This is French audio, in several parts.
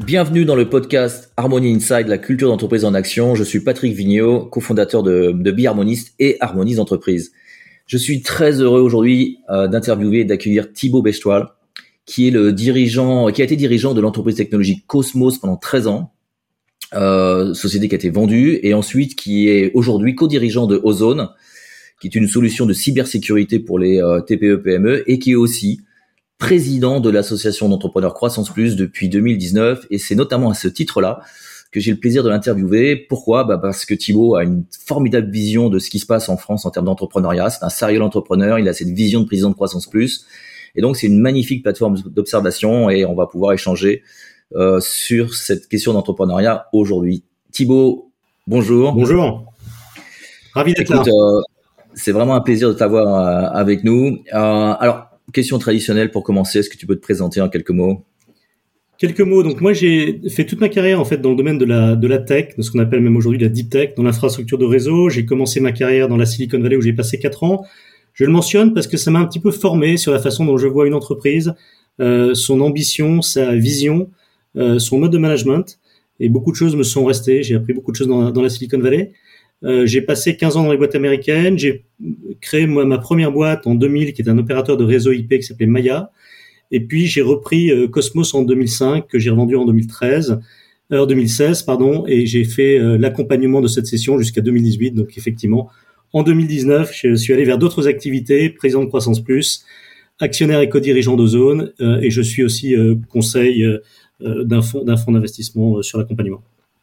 Bienvenue dans le podcast Harmony Inside, la culture d'entreprise en action. Je suis Patrick Vigneault, cofondateur de BeHarmonist et Harmonise Entreprise. Je suis très heureux aujourd'hui d'interviewer et d'accueillir Thibaut Bestoil, qui est qui a été dirigeant de l'entreprise technologique Cosmos pendant 13 ans, société qui a été vendue, et ensuite qui est aujourd'hui co-dirigeant de Ozone, qui est une solution de cybersécurité pour les TPE-PME, et qui est aussi président de l'association d'entrepreneurs Croissance Plus depuis 2019, et c'est notamment à ce titre-là que j'ai le plaisir de l'interviewer. Pourquoi ? Parce que Thibaut a une formidable vision de ce qui se passe en France en termes d'entrepreneuriat. C'est un serial entrepreneur, il a cette vision de président de Croissance Plus, et donc c'est une magnifique plateforme d'observation, et on va pouvoir échanger sur cette question d'entrepreneuriat aujourd'hui. Thibaut, bonjour. Bonjour, ravi d'être là. C'est vraiment un plaisir de t'avoir avec nous. Alors, question traditionnelle pour commencer, est-ce que tu peux te présenter en quelques mots ? Quelques mots. Donc moi, j'ai fait toute ma carrière en fait dans le domaine de la tech, de ce qu'on appelle même aujourd'hui la deep tech, dans l'infrastructure de réseau. J'ai commencé ma carrière dans la Silicon Valley où j'ai passé 4 ans. Je le mentionne parce que ça m'a un petit peu formé sur la façon dont je vois une entreprise, son ambition, sa vision, son mode de management. Et beaucoup de choses me sont restées. J'ai appris beaucoup de choses dans la Silicon Valley. J'ai passé 15 ans dans les boîtes américaines. J'ai créé ma première boîte en 2000 qui est un opérateur de réseau IP qui s'appelait Maya. Et puis j'ai repris Cosmos en 2005 que j'ai revendu en 2016, et j'ai fait l'accompagnement de cette session jusqu'à 2018. Donc effectivement, en 2019, je suis allé vers d'autres activités, président de Croissance Plus, actionnaire et co-dirigeant d'Ozone, et je suis aussi conseil d'un fonds d'investissement sur l'accompagnement.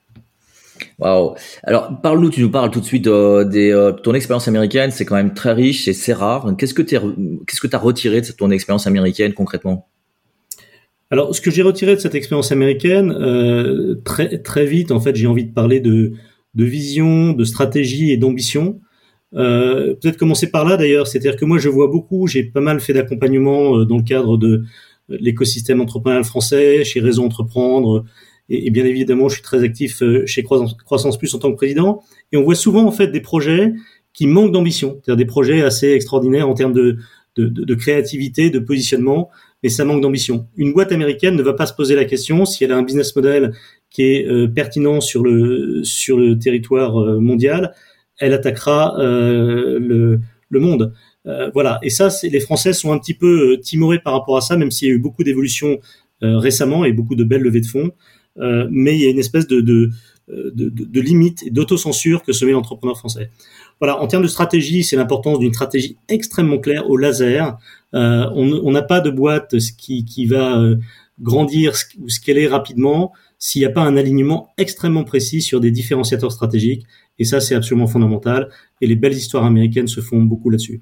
Waouh. Alors, tu nous parles tout de suite de ton expérience américaine, c'est quand même très riche et c'est rare. Qu'est-ce que tu as retiré de ton expérience américaine concrètement ? Alors, ce que j'ai retiré de cette expérience américaine, très très vite, en fait, j'ai envie de parler de vision, de stratégie et d'ambition. Peut-être commencer par là d'ailleurs, c'est-à-dire que moi je vois beaucoup, j'ai pas mal fait d'accompagnement dans le cadre de l'écosystème entrepreneurial français, chez Réseau Entreprendre. Et bien évidemment, je suis très actif chez Croissance Plus en tant que président. Et on voit souvent en fait des projets qui manquent d'ambition, c'est-à-dire des projets assez extraordinaires en termes de créativité, de positionnement, mais ça manque d'ambition. Une boîte américaine ne va pas se poser la question si elle a un business model qui est pertinent sur le territoire mondial, elle attaquera le monde. Voilà. Et ça, les Français sont un petit peu timorés par rapport à ça, même s'il y a eu beaucoup d'évolutions récemment et beaucoup de belles levées de fonds. Mais il y a une espèce de limite et d'autocensure que se met l'entrepreneur français. Voilà, en termes de stratégie, c'est l'importance d'une stratégie extrêmement claire au laser. On n'a pas de boîte qui va grandir ou scaler rapidement s'il n'y a pas un alignement extrêmement précis sur des différenciateurs stratégiques. Et ça, c'est absolument fondamental. Et les belles histoires américaines se font beaucoup là-dessus.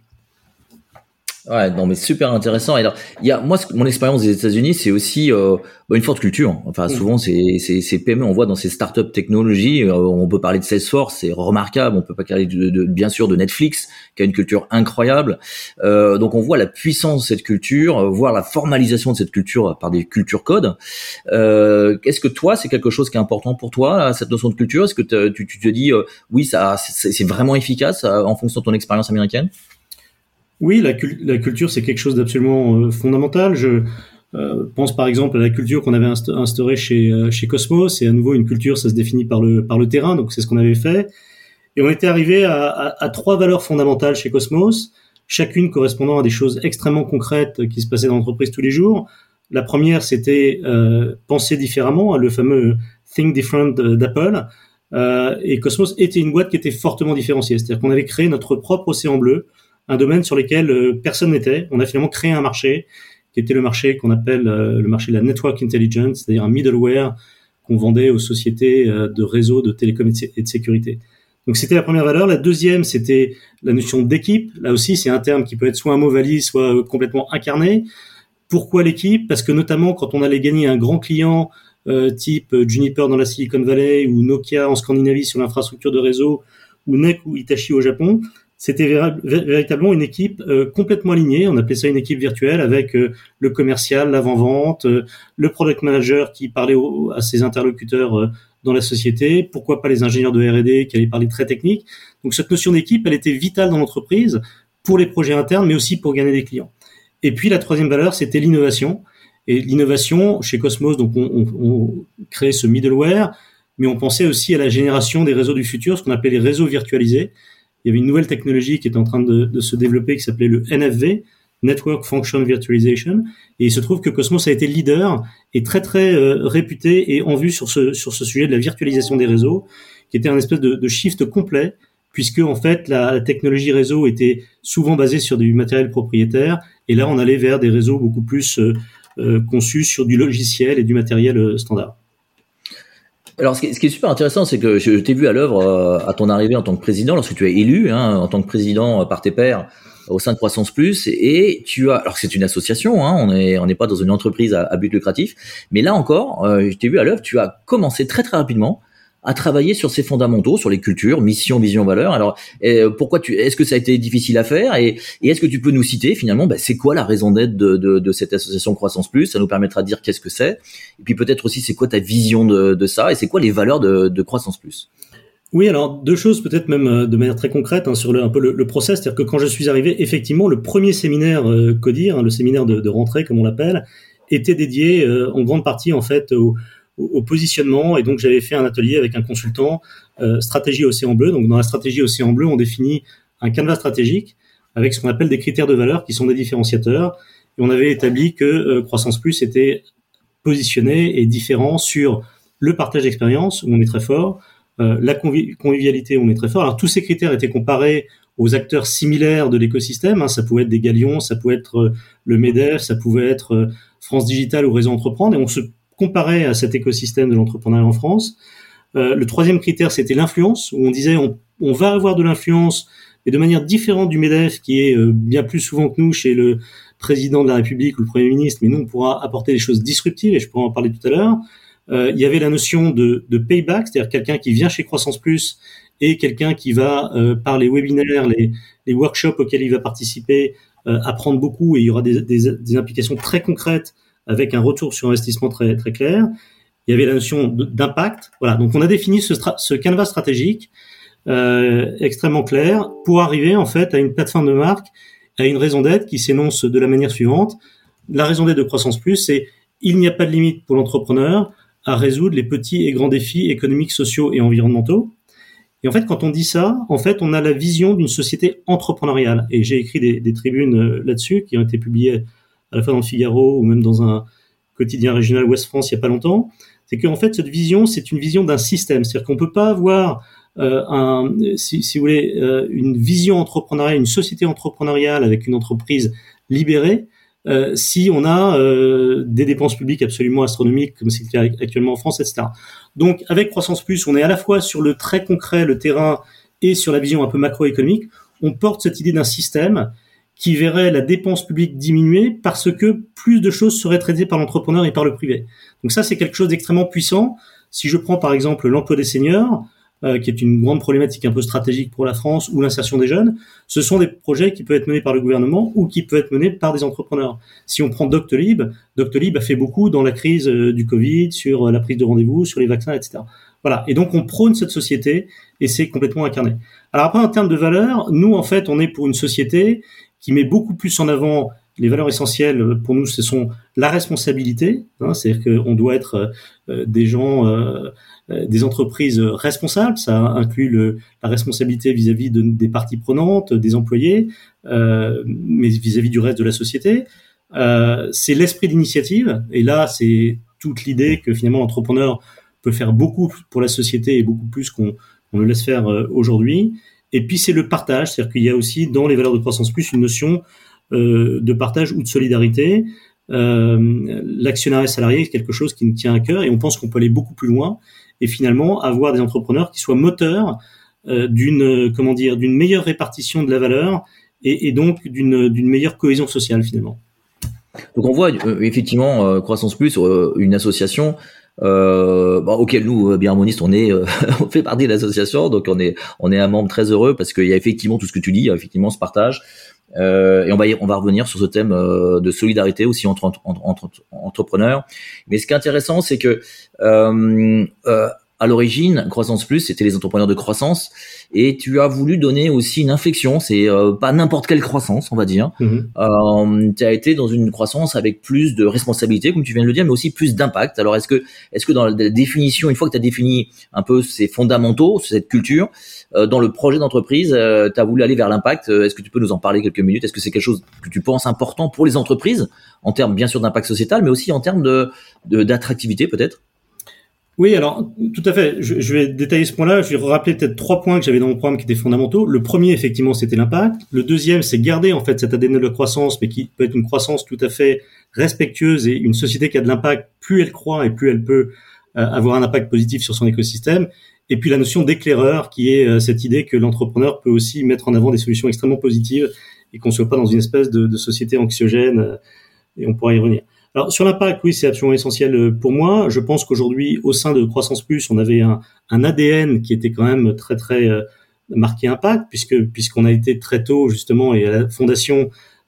Ouais, non, mais super intéressant. Et alors, mon expérience des États-Unis, c'est aussi une forte culture. Enfin, souvent, c'est PME. On voit dans ces startups technologies, on peut parler de Salesforce, c'est remarquable. On peut pas parler bien sûr de Netflix, qui a une culture incroyable. Donc, on voit la puissance de cette culture, voir la formalisation de cette culture par des culture codes. Est-ce que toi, c'est quelque chose qui est important pour toi, là, cette notion de culture ? Est-ce que tu te dis, oui, ça, c'est vraiment efficace en fonction de ton expérience américaine ? Oui, la culture, c'est quelque chose d'absolument fondamental. Je pense par exemple à la culture qu'on avait instaurée chez Cosmos. Et à nouveau, une culture, ça se définit par le terrain, donc c'est ce qu'on avait fait. Et on était arrivé à 3 valeurs fondamentales chez Cosmos, chacune correspondant à des choses extrêmement concrètes qui se passaient dans l'entreprise tous les jours. La première, c'était penser différemment, le fameux Think Different d'Apple. Et Cosmos était une boîte qui était fortement différenciée. C'est-à-dire qu'on avait créé notre propre océan bleu, un domaine sur lequel personne n'était. On a finalement créé un marché qui était le marché qu'on appelle le marché de la Network Intelligence, c'est-à-dire un middleware qu'on vendait aux sociétés de réseaux, de télécom et de sécurité. Donc c'était la première valeur. La deuxième, c'était la notion d'équipe. Là aussi, c'est un terme qui peut être soit un mot valise, soit complètement incarné. Pourquoi l'équipe ? Parce que notamment quand on allait gagner un grand client type Juniper dans la Silicon Valley ou Nokia en Scandinavie sur l'infrastructure de réseau ou NEC ou Hitachi au Japon, c'était véritablement une équipe complètement alignée. On appelait ça une équipe virtuelle avec le commercial, l'avant-vente, le product manager qui parlait à ses interlocuteurs dans la société. Pourquoi pas les ingénieurs de R&D qui allaient parler très technique. Donc cette notion d'équipe, elle était vitale dans l'entreprise pour les projets internes, mais aussi pour gagner des clients. Et puis la troisième valeur, c'était l'innovation. Et l'innovation chez Cosmos, donc on crée ce middleware, mais on pensait aussi à la génération des réseaux du futur, ce qu'on appelait les réseaux virtualisés. Il y avait une nouvelle technologie qui était en train de se développer qui s'appelait le NFV, Network Function Virtualization, et il se trouve que Cosmos a été leader et très très réputé et en vue sur ce sujet de la virtualisation des réseaux, qui était un espèce de shift complet, puisque en fait la technologie réseau était souvent basée sur du matériel propriétaire, et là on allait vers des réseaux beaucoup plus conçus sur du logiciel et du matériel standard. Alors, ce qui est super intéressant, c'est que je t'ai vu à l'œuvre à ton arrivée en tant que président, lorsque tu es élu en tant que président par tes pairs au sein de Croissance Plus, et tu as, alors c'est une association, on n'est pas dans une entreprise à but lucratif, mais là encore, je t'ai vu à l'œuvre, tu as commencé très très rapidement à travailler sur ces fondamentaux, sur les cultures, mission, vision, valeur. Alors, est-ce que ça a été difficile à faire, et est-ce que tu peux nous citer finalement, c'est quoi la raison d'être de cette association Croissance Plus? Ça nous permettra de dire qu'est-ce que c'est, et puis peut-être aussi c'est quoi ta vision de ça, et c'est quoi les valeurs de Croissance Plus? Oui, alors deux choses peut-être même de manière très concrète sur un peu le process, c'est-à-dire que quand je suis arrivé, effectivement, le premier séminaire CODIR, le séminaire de rentrée comme on l'appelle, était dédié en grande partie en fait au positionnement, et donc j'avais fait un atelier avec un consultant stratégie Océan Bleu. Donc dans la stratégie Océan Bleu, on définit un canevas stratégique avec ce qu'on appelle des critères de valeur qui sont des différenciateurs, et on avait établi que Croissance Plus était positionné et différent sur le partage d'expérience où on est très fort, la convivialité où on est très fort. Alors tous ces critères étaient comparés aux acteurs similaires de l'écosystème, ça pouvait être des Galions, ça pouvait être le MEDEF, ça pouvait être France Digital ou Réseau Entreprendre, et on se comparait à cet écosystème de l'entrepreneuriat en France. Le troisième critère, c'était l'influence, où on disait on va avoir de l'influence, mais de manière différente du MEDEF, qui est bien plus souvent que nous chez le président de la République ou le Premier ministre, mais nous, on pourra apporter des choses disruptives, et je pourrai en parler tout à l'heure. Il y avait la notion de payback, c'est-à-dire quelqu'un qui vient chez Croissance Plus et quelqu'un qui va, par les webinaires, les workshops auxquels il va participer, apprendre beaucoup, et il y aura des implications très concrètes avec un retour sur investissement très, très clair. Il y avait la notion d'impact. Voilà. Donc, on a défini ce canevas stratégique, extrêmement clair pour arriver, en fait, à une plateforme de marque, à une raison d'être qui s'énonce de la manière suivante. La raison d'être de Croissance Plus, c'est il n'y a pas de limite pour l'entrepreneur à résoudre les petits et grands défis économiques, sociaux et environnementaux. Et en fait, quand on dit ça, en fait, on a la vision d'une société entrepreneuriale. Et j'ai écrit des tribunes là-dessus qui ont été publiées à la fois dans le Figaro ou même dans un quotidien régional Ouest France il y a pas longtemps. C'est qu'en fait, cette vision, c'est une vision d'un système. C'est-à-dire qu'on peut pas avoir si vous voulez, une vision entrepreneuriale, une société entrepreneuriale avec une entreprise libérée, si on a des dépenses publiques absolument astronomiques, comme c'est le cas actuellement en France, etc. Donc, avec Croissance Plus, on est à la fois sur le très concret, le terrain, et sur la vision un peu macroéconomique. On porte cette idée d'un système qui verrait la dépense publique diminuer parce que plus de choses seraient traitées par l'entrepreneur et par le privé. Donc ça, c'est quelque chose d'extrêmement puissant. Si je prends par exemple l'emploi des seniors, qui est une grande problématique un peu stratégique pour la France, ou l'insertion des jeunes, ce sont des projets qui peuvent être menés par le gouvernement ou qui peuvent être menés par des entrepreneurs. Si on prend Doctolib a fait beaucoup dans la crise du Covid, sur la prise de rendez-vous, sur les vaccins, etc. Voilà. Et donc, on prône cette société et c'est complètement incarné. Alors après, en termes de valeurs, nous, en fait, on est pour une société qui met beaucoup plus en avant les valeurs essentielles. Pour nous, ce sont la responsabilité, c'est-à-dire qu'on doit être des gens, des entreprises responsables. Ça inclut la responsabilité vis-à-vis des parties prenantes, des employés, mais vis-à-vis du reste de la société. C'est l'esprit d'initiative, et là, c'est toute l'idée que finalement l'entrepreneur peut faire beaucoup pour la société et beaucoup plus qu'on le laisse faire aujourd'hui. Et puis c'est le partage, c'est-à-dire qu'il y a aussi dans les valeurs de Croissance Plus une notion de partage ou de solidarité. L'actionnariat salarié est quelque chose qui nous tient à cœur, et on pense qu'on peut aller beaucoup plus loin et finalement avoir des entrepreneurs qui soient moteurs d'une meilleure répartition de la valeur et donc d'une meilleure cohésion sociale finalement. Donc on voit effectivement Croissance Plus, une association auquel nous, Be Harmonist, on fait partie de l'association, donc on est un membre très heureux parce qu'il y a effectivement tout ce que tu dis, il y a effectivement ce partage. Et on va revenir sur ce thème de solidarité aussi entre entrepreneurs. Mais ce qui est intéressant, c'est que à l'origine, Croissance Plus, c'était les entrepreneurs de croissance, et tu as voulu donner aussi une inflexion. C'est pas n'importe quelle croissance, on va dire. Tu as été dans une croissance avec plus de responsabilités, comme tu viens de le dire, mais aussi plus d'impact. Alors, est-ce que dans la définition, une fois que tu as défini un peu ces fondamentaux, cette culture, dans le projet d'entreprise, tu as voulu aller vers l'impact. Est-ce que tu peux nous en parler quelques minutes? Est-ce que c'est quelque chose que tu penses important pour les entreprises, en termes bien sûr d'impact sociétal, mais aussi en termes d'attractivité peut-être? Oui, alors tout à fait. Je vais détailler ce point-là. Je vais rappeler peut-être 3 points que j'avais dans mon programme qui étaient fondamentaux. Le premier, effectivement, c'était l'impact. Le deuxième, c'est garder en fait cet ADN de croissance, mais qui peut être une croissance tout à fait respectueuse, et une société qui a de l'impact, plus elle croît et plus elle peut avoir un impact positif sur son écosystème. Et puis la notion d'éclaireur, qui est cette idée que l'entrepreneur peut aussi mettre en avant des solutions extrêmement positives et qu'on ne soit pas dans une espèce de société anxiogène. Et on pourra y revenir. Alors sur l'impact, oui, c'est absolument essentiel pour moi. Je pense qu'aujourd'hui, au sein de Croissance Plus, on avait un ADN qui était quand même très très marqué impact, puisqu'on a été très tôt justement, et à la fondation,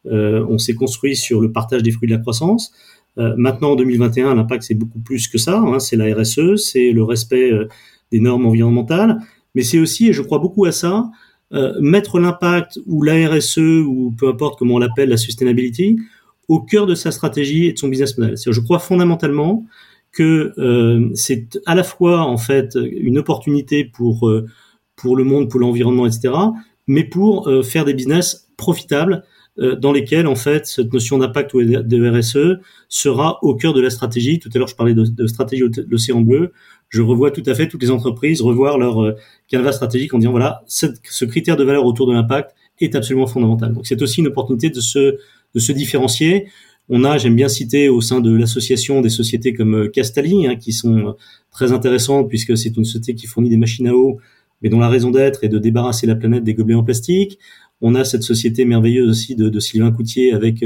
on s'est construit sur le partage des fruits de la croissance. Maintenant, en 2021, l'impact c'est beaucoup plus que ça. C'est la RSE, c'est le respect des normes environnementales, mais c'est aussi, et je crois beaucoup à ça, mettre l'impact ou la RSE ou peu importe comment on l'appelle, la sustainability, au cœur de sa stratégie et de son business model. C'est-à-dire, je crois fondamentalement que c'est à la fois en fait une opportunité pour le monde, pour l'environnement, etc., mais pour faire des business profitables dans lesquels en fait cette notion d'impact ou de RSE sera au cœur de la stratégie. Tout à l'heure, je parlais de stratégie de l'océan bleu. Je revois tout à fait toutes les entreprises revoir leur canevas stratégique en disant voilà, ce critère de valeur autour de l'impact est absolument fondamental. Donc c'est aussi une opportunité de se différencier. J'aime bien citer au sein de l'association des sociétés comme Castali, qui sont très intéressantes puisque c'est une société qui fournit des machines à eau, mais dont la raison d'être est de débarrasser la planète des gobelets en plastique. On a cette société merveilleuse aussi de Sylvain Coutier avec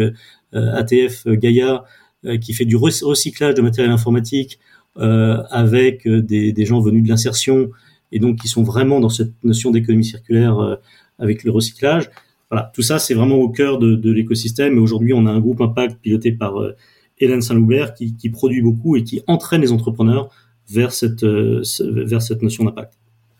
ATF Gaïa qui fait du recyclage de matériel informatique avec des gens venus de l'insertion et donc qui sont vraiment dans cette notion d'économie circulaire avec le recyclage. Voilà, tout ça, c'est vraiment au cœur de l'écosystème. Et aujourd'hui, on a un groupe impact piloté par Hélène Saint-Loubert qui produit beaucoup et qui entraîne les entrepreneurs vers cette notion d'impact.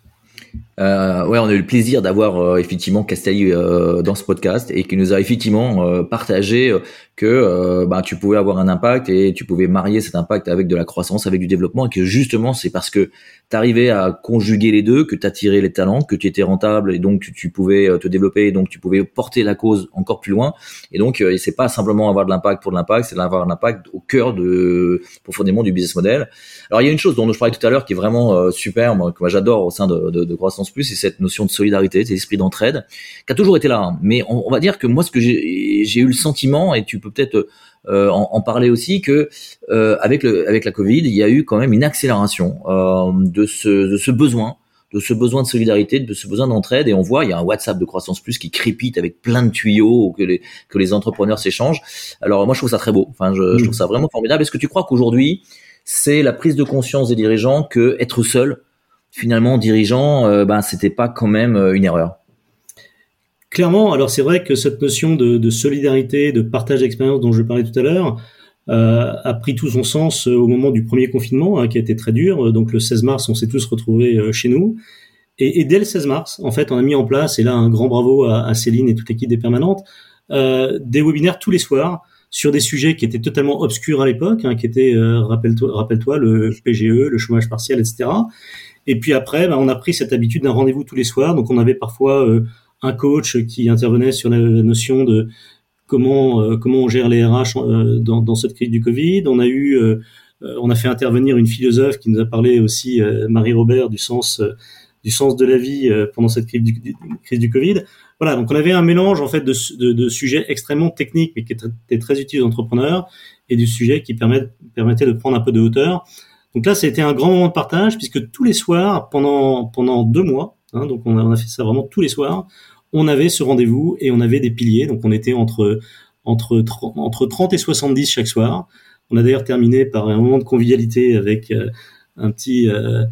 Ouais, on a eu le plaisir d'avoir effectivement Castali dans ce podcast et qui nous a effectivement partagé que tu pouvais avoir un impact et tu pouvais marier cet impact avec de la croissance, avec du développement, et que justement c'est parce que tu arrivais à conjuguer les deux que tu attirais les talents, que tu étais rentable et donc tu pouvais te développer et donc tu pouvais porter la cause encore plus loin. Et donc c'est pas simplement avoir de l'impact pour de l'impact, c'est d'avoir un impact au cœur profondément du business model. Alors il y a une chose dont je parlais tout à l'heure qui est vraiment super, que moi j'adore au sein de Croissance Plus, c'est cette notion de solidarité, cet esprit d'entraide qui a toujours été là. Mais on va dire que moi ce que j'ai eu le sentiment, et tu peux peut-être en parler aussi, que avec la Covid, il y a eu quand même une accélération de ce besoin de solidarité, de ce besoin d'entraide. Et on voit, il y a un WhatsApp de Croissance Plus qui crépite avec plein de tuyaux que les entrepreneurs s'échangent. Alors moi je trouve ça très beau. Enfin je trouve ça vraiment formidable. Est-ce que tu crois qu'aujourd'hui c'est la prise de conscience des dirigeants que être seul, finalement dirigeant, c'était pas quand même une erreur? Clairement, alors c'est vrai que cette notion de solidarité, de partage d'expérience dont je parlais tout à l'heure, a pris tout son sens au moment du premier confinement, qui a été très dur. Donc le 16 mars, on s'est tous retrouvés chez nous. Et dès le 16 mars, en fait, on a mis en place, et là un grand bravo à Céline et toute l'équipe des permanentes, des webinaires tous les soirs sur des sujets qui étaient totalement obscurs à l'époque, qui étaient, rappelle-toi, le PGE, le chômage partiel, etc. Et puis après, on a pris cette habitude d'un rendez-vous tous les soirs. Donc on avait parfois un coach qui intervenait sur la notion de comment on gère les RH dans cette crise du Covid. On a fait intervenir une philosophe qui nous a parlé aussi, Marie Robert, du sens de la vie pendant cette crise du Covid. Voilà, donc on avait un mélange en fait de sujets extrêmement techniques mais qui étaient très utiles aux entrepreneurs et du sujet qui permettait de prendre un peu de hauteur. Donc là, ça a été un grand moment de partage puisque tous les soirs, pendant 2 mois, donc on a fait ça vraiment tous les soirs, on avait ce rendez-vous et on avait des piliers. Donc on était entre 30 et 70 chaque soir. On a d'ailleurs terminé par un moment de convivialité avec un petit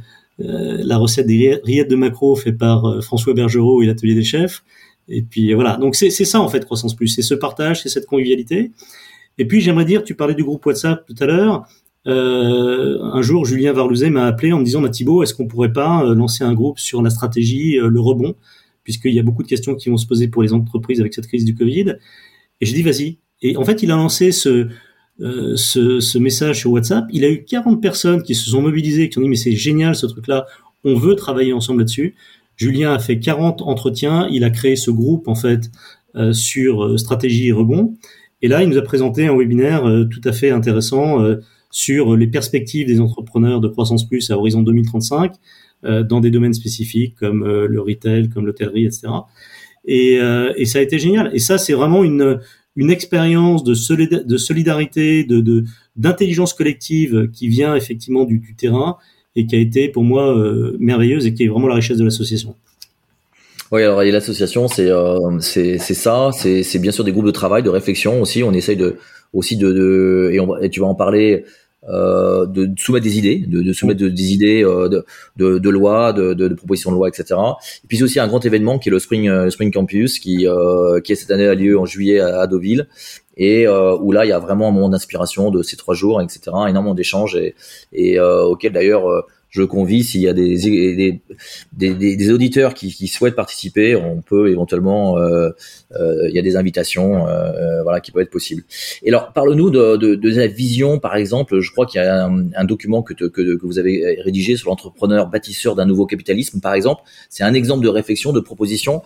la recette des rillettes de maquereau fait par François Bergerot et l'atelier des chefs. Et puis voilà. Donc c'est ça en fait Croissance Plus, c'est ce partage, c'est cette convivialité. Et puis j'aimerais dire, tu parlais du groupe WhatsApp tout à l'heure. un jour, Julien Varlouzet m'a appelé en me disant, Thibaut, est-ce qu'on pourrait pas lancer un groupe sur la stratégie, le rebond, puisqu'il y a beaucoup de questions qui vont se poser pour les entreprises avec cette crise du Covid. Et j'ai dit, vas-y. Et en fait, il a lancé ce message sur WhatsApp. Il a eu 40 personnes qui se sont mobilisées, qui ont dit, mais c'est génial ce truc-là, on veut travailler ensemble là-dessus. Julien a fait 40 entretiens, il a créé ce groupe en fait sur stratégie et rebond. Et là, il nous a présenté un webinaire tout à fait intéressant sur les perspectives des entrepreneurs de Croissance Plus à horizon 2035 dans des domaines spécifiques comme le retail, comme l'hôtellerie, etc. Et ça a été génial. Et ça, c'est vraiment une expérience de solidarité, d'intelligence collective qui vient effectivement du terrain et qui a été pour moi merveilleuse et qui est vraiment la richesse de l'association. Oui, alors et l'association, c'est ça, c'est bien sûr des groupes de travail, de réflexion aussi. On essaye et tu vas en parler, de soumettre des idées, de soumettre des idées de loi, de propositions de loi, etc. Et puis c'est aussi un grand événement qui est le Spring Campus, qui cette année a lieu en juillet à Deauville. Et où là il y a vraiment un moment d'inspiration de ces 3 jours, etc. Énormément d'échanges et auquel d'ailleurs je convie, s'il y a des auditeurs qui souhaitent participer, on peut éventuellement, il y a des invitations, voilà, qui peuvent être possibles. Et alors, parle-nous de la vision, par exemple. Je crois qu'il y a un document que vous avez rédigé sur l'entrepreneur bâtisseur d'un nouveau capitalisme, par exemple. C'est un exemple de réflexion, de proposition.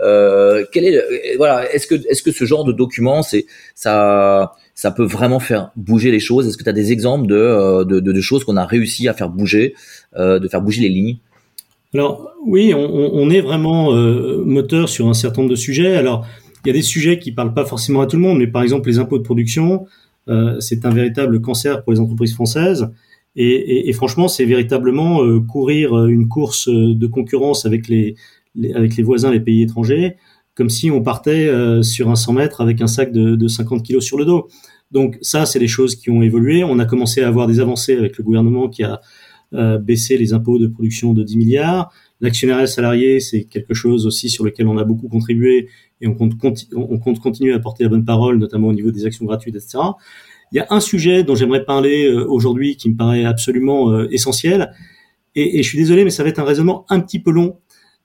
Est-ce que ce genre de document, ça peut vraiment faire bouger les choses? Est-ce que tu as des exemples de choses qu'on a réussi à faire bouger, de faire bouger les lignes? Alors oui, on est vraiment moteur sur un certain nombre de sujets. Alors il y a des sujets qui parlent pas forcément à tout le monde, mais par exemple les impôts de production, c'est un véritable cancer pour les entreprises françaises. Et franchement, c'est véritablement courir une course de concurrence avec les voisins, les pays étrangers, comme si on partait sur un 100 mètres avec un sac de 50 kilos sur le dos. Donc ça, c'est des choses qui ont évolué. On a commencé à avoir des avancées avec le gouvernement qui a baissé les impôts de production de 10 milliards. L'actionnariat salarié, c'est quelque chose aussi sur lequel on a beaucoup contribué et on compte continuer à porter la bonne parole, notamment au niveau des actions gratuites, etc. Il y a un sujet dont j'aimerais parler aujourd'hui qui me paraît absolument essentiel. Et je suis désolé, mais ça va être un raisonnement un petit peu long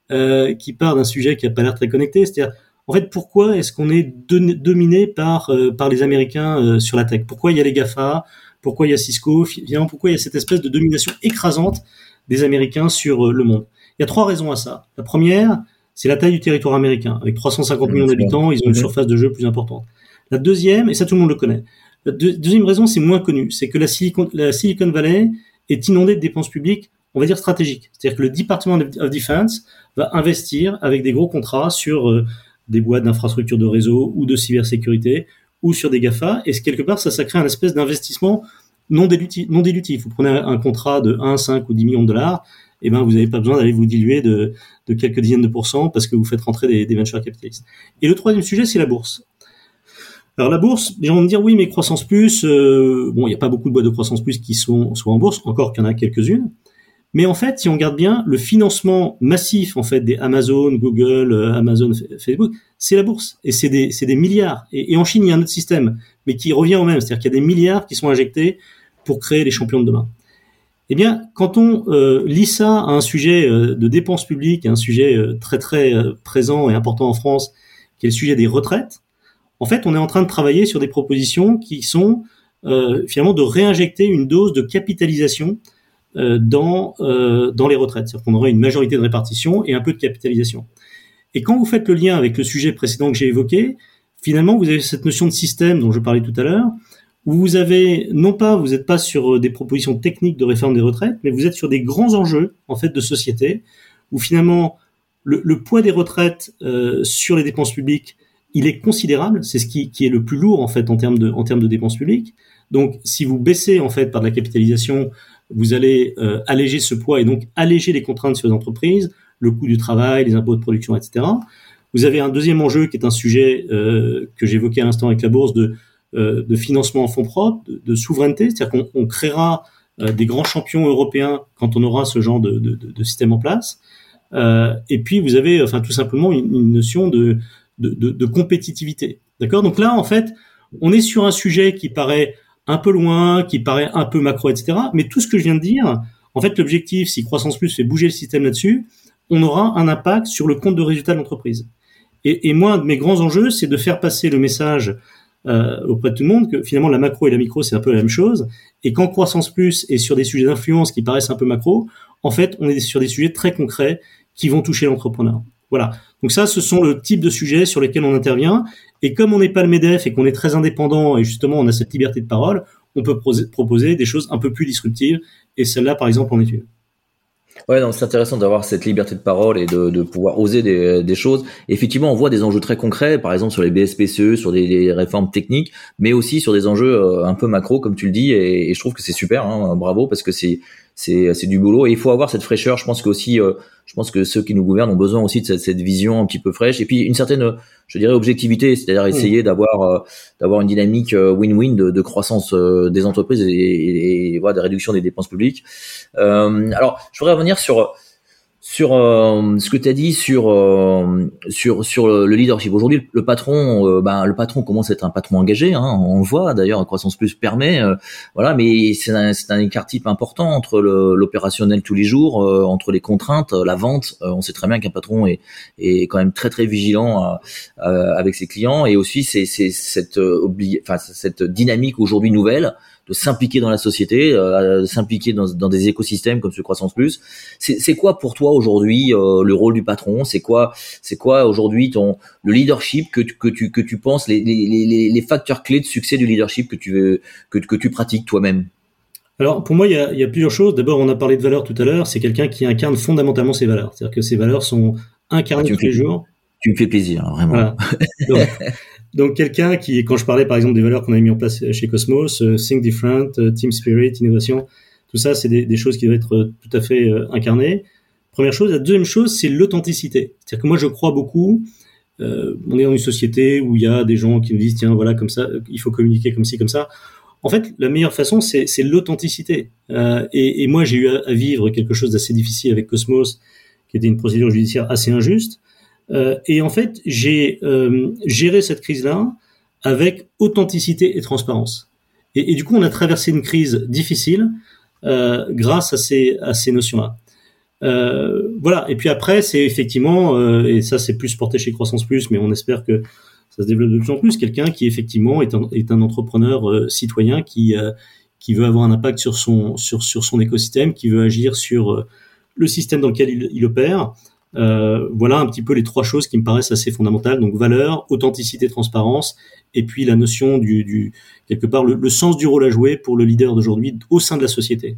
qui part d'un sujet qui n'a pas l'air très connecté. C'est-à-dire, en fait, pourquoi est-ce qu'on est dominé par les Américains sur la tech? Pourquoi il y a les GAFA? Pourquoi il y a Cisco? Finalement, pourquoi il y a cette espèce de domination écrasante des Américains sur le monde? Il y a 3 raisons à ça. La première, c'est la taille du territoire américain. Avec 350 millions d'habitants, ils ont une surface de jeu plus importante. La deuxième, et ça tout le monde le connaît, la deuxième raison, c'est moins connu, c'est que la Silicon Valley est inondée de dépenses publiques, on va dire stratégiques. C'est-à-dire que le Department of Defense va investir avec des gros contrats sur des boîtes d'infrastructures de réseau ou de cybersécurité ou sur des GAFA, et quelque part, ça crée un espèce d'investissement non dilutif. Vous prenez un contrat de 1, 5 ou 10 millions de dollars, et ben vous n'avez pas besoin d'aller vous diluer de quelques dizaines de pourcents parce que vous faites rentrer des venture capitalistes. Et le troisième sujet, c'est la bourse. Alors la bourse, les gens vont me dire oui, mais Croissance Plus, il n'y a pas beaucoup de boîtes de Croissance Plus qui sont en bourse, encore qu'il y en a quelques-unes. Mais en fait, si on regarde bien, le financement massif en fait des Amazon, Google, Amazon, Facebook, c'est la bourse et c'est des milliards. Et en Chine, il y a un autre système, mais qui revient au même, c'est-à-dire qu'il y a des milliards qui sont injectés pour créer les champions de demain. Eh bien, quand on lit ça à un sujet de dépenses publiques, un sujet très très présent et important en France, qui est le sujet des retraites, en fait, on est en train de travailler sur des propositions qui sont finalement de réinjecter une dose de capitalisation dans les retraites. C'est-à-dire qu'on aurait une majorité de répartition et un peu de capitalisation. Et quand vous faites le lien avec le sujet précédent que j'ai évoqué, finalement, vous avez cette notion de système dont je parlais tout à l'heure, où vous n'êtes pas sur des propositions techniques de réforme des retraites, mais vous êtes sur des grands enjeux, en fait, de société, où finalement, le poids des retraites sur les dépenses publiques, il est considérable. C'est ce qui est le plus lourd, en fait, en termes de dépenses publiques. Donc, si vous baissez, en fait, par de la capitalisation, vous allez alléger ce poids et donc alléger les contraintes sur les entreprises, le coût du travail, les impôts de production, etc. Vous avez un deuxième enjeu qui est un sujet que j'évoquais à l'instant avec la bourse de financement en fonds propres, de souveraineté, c'est-à-dire qu'on créera des grands champions européens quand on aura ce genre de système en place. Et puis vous avez tout simplement une notion de compétitivité. D'accord ? Donc là, en fait, on est sur un sujet qui paraît un peu loin, qui paraît un peu macro, etc. Mais tout ce que je viens de dire, en fait, l'objectif, si Croissance Plus fait bouger le système là-dessus, on aura un impact sur le compte de résultat de l'entreprise. Et moi, un de mes grands enjeux, c'est de faire passer le message auprès de tout le monde que finalement la macro et la micro, c'est un peu la même chose. Et quand Croissance Plus est sur des sujets d'influence qui paraissent un peu macro, en fait, on est sur des sujets très concrets qui vont toucher l'entrepreneur. Voilà. Donc ça, ce sont le type de sujets sur lesquels on intervient. Et comme on n'est pas le MEDEF et qu'on est très indépendant et justement on a cette liberté de parole, on peut proposer des choses un peu plus disruptives. Et celle-là, par exemple, en est une. Ouais, donc c'est intéressant d'avoir cette liberté de parole et de pouvoir oser des choses. Et effectivement, on voit des enjeux très concrets, par exemple sur les BSPCE, sur des réformes techniques, mais aussi sur des enjeux un peu macro, comme tu le dis. Et je trouve que c'est super, hein, bravo, parce que c'est du boulot. Et il faut avoir cette fraîcheur. Je pense que aussi, je pense que ceux qui nous gouvernent ont besoin aussi de cette vision un petit peu fraîche. Et puis une certaine, je dirais, objectivité, c'est-à-dire essayer d'avoir une dynamique win-win de croissance des entreprises et voilà, de réduction des dépenses publiques. Alors, je voudrais revenir sur ce que tu as dit sur le leadership. Aujourd'hui, le patron commence à être un patron engagé, hein, on le voit d'ailleurs, Croissance Plus permet, voilà, mais c'est un écart type important entre l'opérationnel tous les jours, entre les contraintes, la vente. On sait très bien qu'un patron est quand même très très vigilant avec ses clients, et aussi c'est cette dynamique aujourd'hui nouvelle de s'impliquer dans la société, de s'impliquer dans des écosystèmes comme ce Croissance Plus. C'est quoi pour toi aujourd'hui le rôle du patron? C'est quoi aujourd'hui le leadership que tu penses, les facteurs clés de succès du leadership que tu pratiques toi-même? Alors, pour moi, il y a plusieurs choses. D'abord, on a parlé de valeurs tout à l'heure. C'est quelqu'un qui incarne fondamentalement ses valeurs. C'est-à-dire que ses valeurs sont incarnées tous les jours. Tu me fais plaisir, hein, vraiment. Voilà. Donc quelqu'un qui, quand je parlais par exemple des valeurs qu'on avait mis en place chez Cosmos, Think Different, Team Spirit, innovation, tout ça, c'est des choses qui doivent être tout à fait incarnées. Première chose. La deuxième chose, c'est l'authenticité. C'est-à-dire que moi, je crois beaucoup. On est dans une société où il y a des gens qui nous disent, tiens, voilà, comme ça, il faut communiquer comme ci, comme ça. En fait, la meilleure façon, c'est l'authenticité. Et moi, j'ai eu à vivre quelque chose d'assez difficile avec Cosmos, qui était une procédure judiciaire assez injuste. Et en fait, j'ai géré cette crise-là avec authenticité et transparence. Et du coup, on a traversé une crise difficile grâce à ces notions-là. Voilà. Et puis après, c'est effectivement, et ça c'est plus porté chez Croissance Plus, mais on espère que ça se développe de plus en plus, quelqu'un qui effectivement est un entrepreneur citoyen qui veut avoir un impact sur son écosystème, qui veut agir sur le système dans lequel il opère. Voilà un petit peu les trois choses qui me paraissent assez fondamentales. Donc valeur, authenticité, transparence, et puis la notion du quelque part le sens du rôle à jouer pour le leader d'aujourd'hui au sein de la société.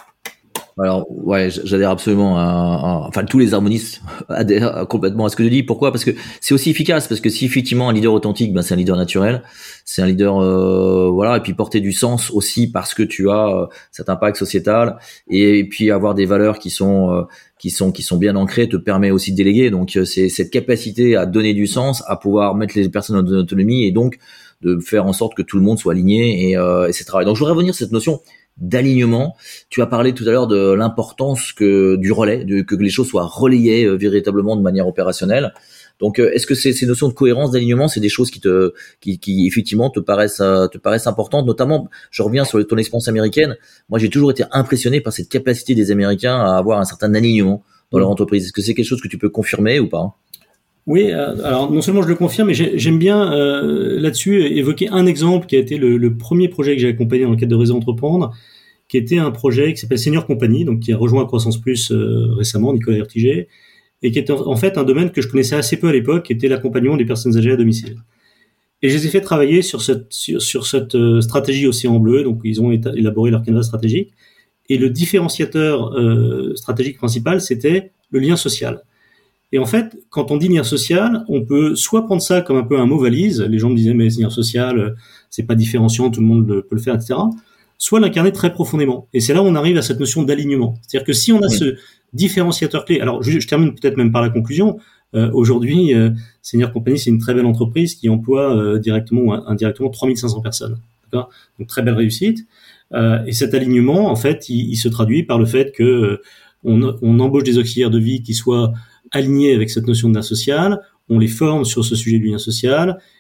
Alors ouais, j'adhère absolument enfin tous les harmonistes adhèrent complètement à ce que tu dis. Pourquoi? Parce que c'est aussi efficace, parce que si effectivement un leader authentique, c'est un leader naturel, c'est un leader voilà, et puis porter du sens aussi parce que tu as cet impact sociétal, et puis avoir des valeurs qui sont bien ancrées te permet aussi de déléguer. Donc c'est cette capacité à donner du sens, à pouvoir mettre les personnes en autonomie, et donc de faire en sorte que tout le monde soit aligné, et c'est travail. Donc je voudrais revenir sur cette notion d'alignement. Tu as parlé tout à l'heure de l'importance du relais, que les choses soient relayées véritablement de manière opérationnelle. Donc, est-ce que ces notions de cohérence, d'alignement, c'est des choses qui effectivement te paraissent importantes? Notamment, je reviens sur ton expérience américaine. Moi, j'ai toujours été impressionné par cette capacité des Américains à avoir un certain alignement dans leur entreprise. Est-ce que c'est quelque chose que tu peux confirmer ou pas? Oui, alors non seulement je le confirme, mais j'aime bien là-dessus évoquer un exemple qui a été le premier projet que j'ai accompagné dans le cadre de Réseau Entreprendre, qui était un projet qui s'appelle Senior Company, donc qui a rejoint Croissance Plus récemment, Nicolas Urtiger, et qui était en fait un domaine que je connaissais assez peu à l'époque, qui était l'accompagnement des personnes âgées à domicile. Et je les ai fait travailler sur cette stratégie Océan Bleu, donc ils ont élaboré leur canevas stratégique, et le différenciateur stratégique principal, c'était le lien social. Et en fait, quand on dit lien social, on peut soit prendre ça comme un peu un mot valise, les gens me disaient mais lien social, c'est pas différenciant, tout le monde peut le faire, etc. Soit l'incarner très profondément. Et c'est là où on arrive à cette notion d'alignement. C'est-à-dire que si on a ce différenciateur clé, alors je termine peut-être même par la conclusion. Aujourd'hui, Senior Company, c'est une très belle entreprise qui emploie directement ou indirectement 3500 personnes. D'accord ? Donc très belle réussite. Et cet alignement, en fait, il se traduit par le fait que on embauche des auxiliaires de vie qui soient alignés avec cette notion de lien social, on les forme sur ce sujet du lien social,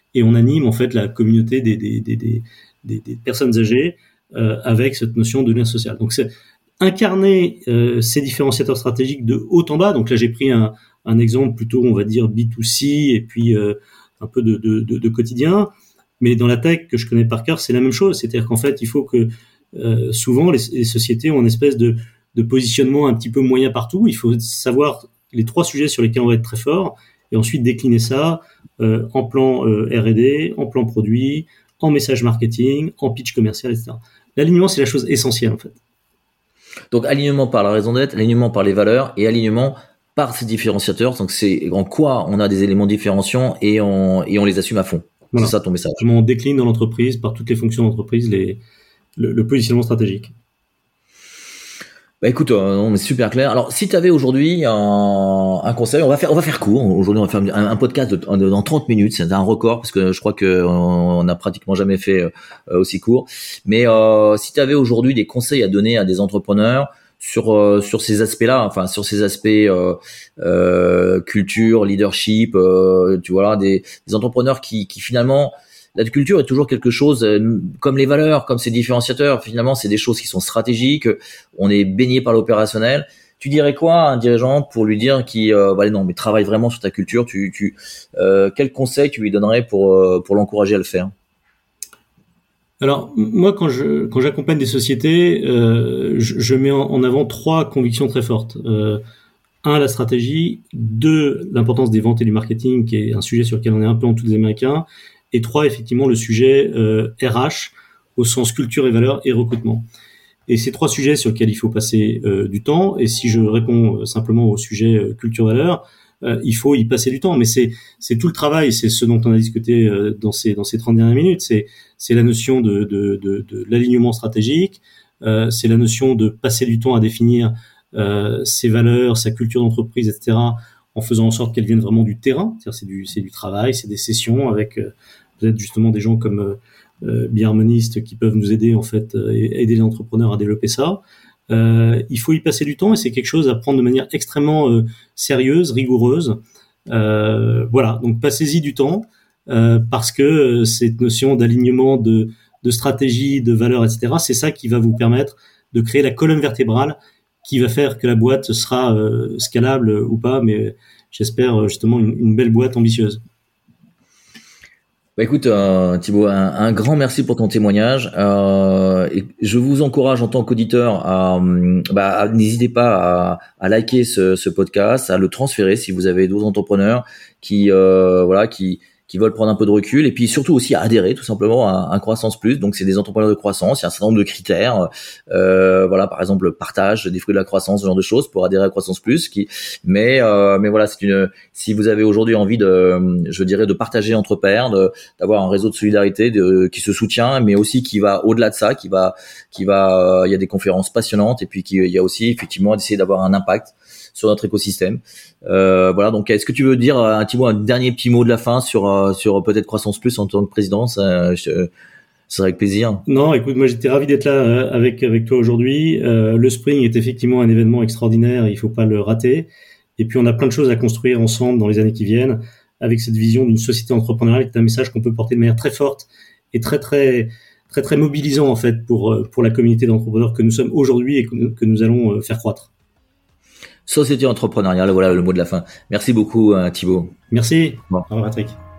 et on anime en fait la communauté des personnes âgées avec cette notion de lien social. Donc c'est incarner ces différenciateurs stratégiques de haut en bas. Donc là j'ai pris un exemple plutôt, on va dire, B2C et puis un peu de quotidien. Mais dans la tech que je connais par cœur, c'est la même chose. C'est-à-dire qu'en fait, il faut que souvent les sociétés ont une espèce de positionnement un petit peu moyen partout. Il faut savoir les 3 sujets sur lesquels on va être très fort et ensuite décliner ça en plan R&D, en plan produit, en message marketing, en pitch commercial, etc. L'alignement, c'est la chose essentielle en fait. Donc alignement par la raison d'être, alignement par les valeurs et alignement par ces différenciateurs. Donc c'est en quoi on a des éléments différenciants et on les assume à fond. Voilà. C'est ça ton message. Comment on décline dans l'entreprise, par toutes les fonctions d'entreprise, le positionnement stratégique. Bah écoute, non, mais super clair. Alors, si tu avais aujourd'hui un conseil, on va faire court. Aujourd'hui, on va faire un podcast dans 30 minutes. C'est un record parce que je crois que on n'a pratiquement jamais fait aussi court. Mais si tu avais aujourd'hui des conseils à donner à des entrepreneurs sur ces aspects-là, enfin sur ces aspects culture, leadership, tu vois, des entrepreneurs qui finalement, la culture est toujours quelque chose, comme les valeurs, comme ces différenciateurs, finalement, c'est des choses qui sont stratégiques, on est baigné par l'opérationnel. Tu dirais quoi à un dirigeant pour lui dire non, mais travaille vraiment sur ta culture, quel conseil tu lui donnerais pour l'encourager à le faire? Alors, moi, quand j'accompagne des sociétés, je mets en avant 3 convictions très fortes. 1, la stratégie. 2, l'importance des ventes et du marketing, qui est un sujet sur lequel on est un peu en tous les Américains. Et 3, effectivement, le sujet RH, au sens culture et valeurs et recrutement. Et ces 3 sujets sur lesquels il faut passer du temps. Et si je réponds simplement au sujet culture-valeurs, il faut y passer du temps. Mais c'est tout le travail, c'est ce dont on a discuté dans ces 30 dernières minutes. C'est la notion de l'alignement stratégique, c'est la notion de passer du temps à définir ses valeurs, sa culture d'entreprise, etc., en faisant en sorte qu'elles viennent vraiment du terrain. C'est-à-dire c'est du travail, c'est des sessions avec peut-être justement des gens comme Biharmoniste qui peuvent nous aider en fait, aider les entrepreneurs à développer ça. Il faut y passer du temps et c'est quelque chose à prendre de manière extrêmement sérieuse, rigoureuse. Voilà, donc passez-y du temps parce que cette notion d'alignement, de stratégie, de valeur, etc., c'est ça qui va vous permettre de créer la colonne vertébrale qui va faire que la boîte sera scalable ou pas, mais j'espère justement une belle boîte ambitieuse. Bah écoute, Thibaut, un grand merci pour ton témoignage. Et je vous encourage en tant qu'auditeur n'hésitez pas à liker ce podcast, à le transférer si vous avez d'autres entrepreneurs qui veulent prendre un peu de recul, et puis surtout aussi à adhérer tout simplement à Croissance Plus. Donc c'est des entrepreneurs de croissance, il y a un certain nombre de critères, par exemple le partage des fruits de la croissance, ce genre de choses pour adhérer à Croissance Plus. Mais voilà, si vous avez aujourd'hui envie de partager entre pairs, d'avoir un réseau de solidarité qui se soutient, mais aussi qui va au-delà de ça, il y a des conférences passionnantes, et puis il y a aussi effectivement d'essayer d'avoir un impact sur notre écosystème. Voilà, donc est-ce que tu veux dire un dernier petit mot de la fin sur peut-être Croissance Plus en tant que président? Ça serait avec plaisir. Non, écoute, moi j'étais ravi d'être là avec toi aujourd'hui. Le Spring est effectivement un événement extraordinaire, il faut pas le rater. Et puis on a plein de choses à construire ensemble dans les années qui viennent, avec cette vision d'une société entrepreneuriale qui est un message qu'on peut porter de manière très forte et très très très très mobilisant en fait pour la communauté d'entrepreneurs que nous sommes aujourd'hui et que nous allons faire croître. Société entrepreneuriale, voilà le mot de la fin. Merci beaucoup Thibaut. Merci. Bon. Au revoir Patrick.